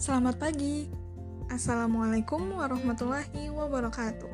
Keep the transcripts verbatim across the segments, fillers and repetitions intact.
Selamat pagi. Assalamualaikum warahmatullahi wabarakatuh.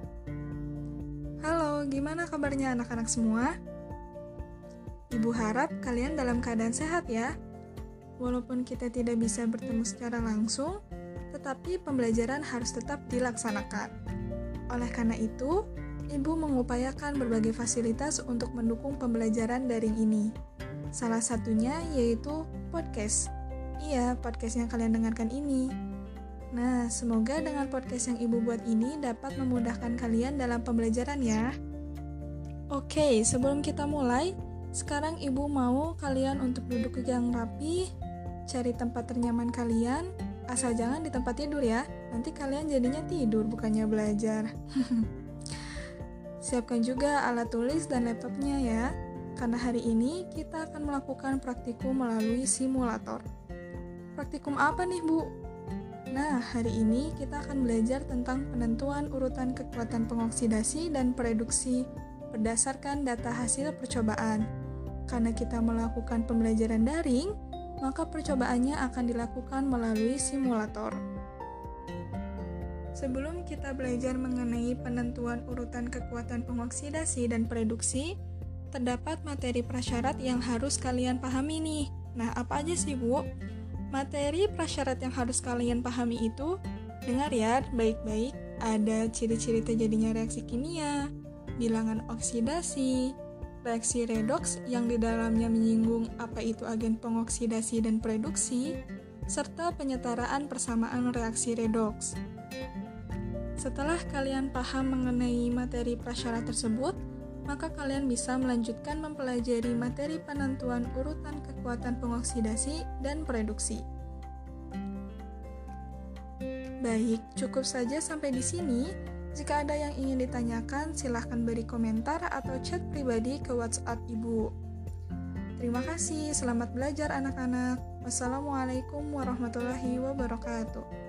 Halo, gimana kabarnya anak-anak semua? Ibu harap kalian dalam keadaan sehat ya. Walaupun kita tidak bisa bertemu secara langsung, tetapi pembelajaran harus tetap dilaksanakan. Oleh karena itu, Ibu mengupayakan berbagai fasilitas untuk mendukung pembelajaran daring ini. Salah satunya yaitu podcast. Iya, podcast yang kalian dengarkan ini. Nah, semoga dengan podcast yang Ibu buat ini dapat memudahkan kalian dalam pembelajaran ya. Oke, sebelum kita mulai, sekarang Ibu mau kalian untuk duduk yang rapi, cari tempat ternyaman kalian, asal jangan di tempat tidur ya. Nanti kalian jadinya tidur bukannya belajar. Siapkan juga alat tulis dan laptopnya ya, karena hari ini kita akan melakukan praktikum melalui simulator. Praktikum apa nih, Bu? Nah, hari ini kita akan belajar tentang penentuan urutan kekuatan pengoksidasi dan pereduksi berdasarkan data hasil percobaan. Karena kita melakukan pembelajaran daring, maka percobaannya akan dilakukan melalui simulator. Sebelum kita belajar mengenai penentuan urutan kekuatan pengoksidasi dan pereduksi, terdapat materi prasyarat yang harus kalian pahami nih. Nah, apa aja sih, Bu? Materi prasyarat yang harus kalian pahami itu, dengar ya baik-baik, ada ciri-ciri terjadinya reaksi kimia, bilangan oksidasi, reaksi redoks yang di dalamnya menyinggung apa itu agen pengoksidasi dan pereduksi, serta penyetaraan persamaan reaksi redoks. Setelah kalian paham mengenai materi prasyarat tersebut, maka kalian bisa melanjutkan mempelajari materi penentuan urutan kekuatan pengoksidasi dan pereduksi. Baik, cukup saja sampai di sini. Jika ada yang ingin ditanyakan, silahkan beri komentar atau chat pribadi ke WhatsApp Ibu. Terima kasih, selamat belajar anak-anak. Wassalamualaikum warahmatullahi wabarakatuh.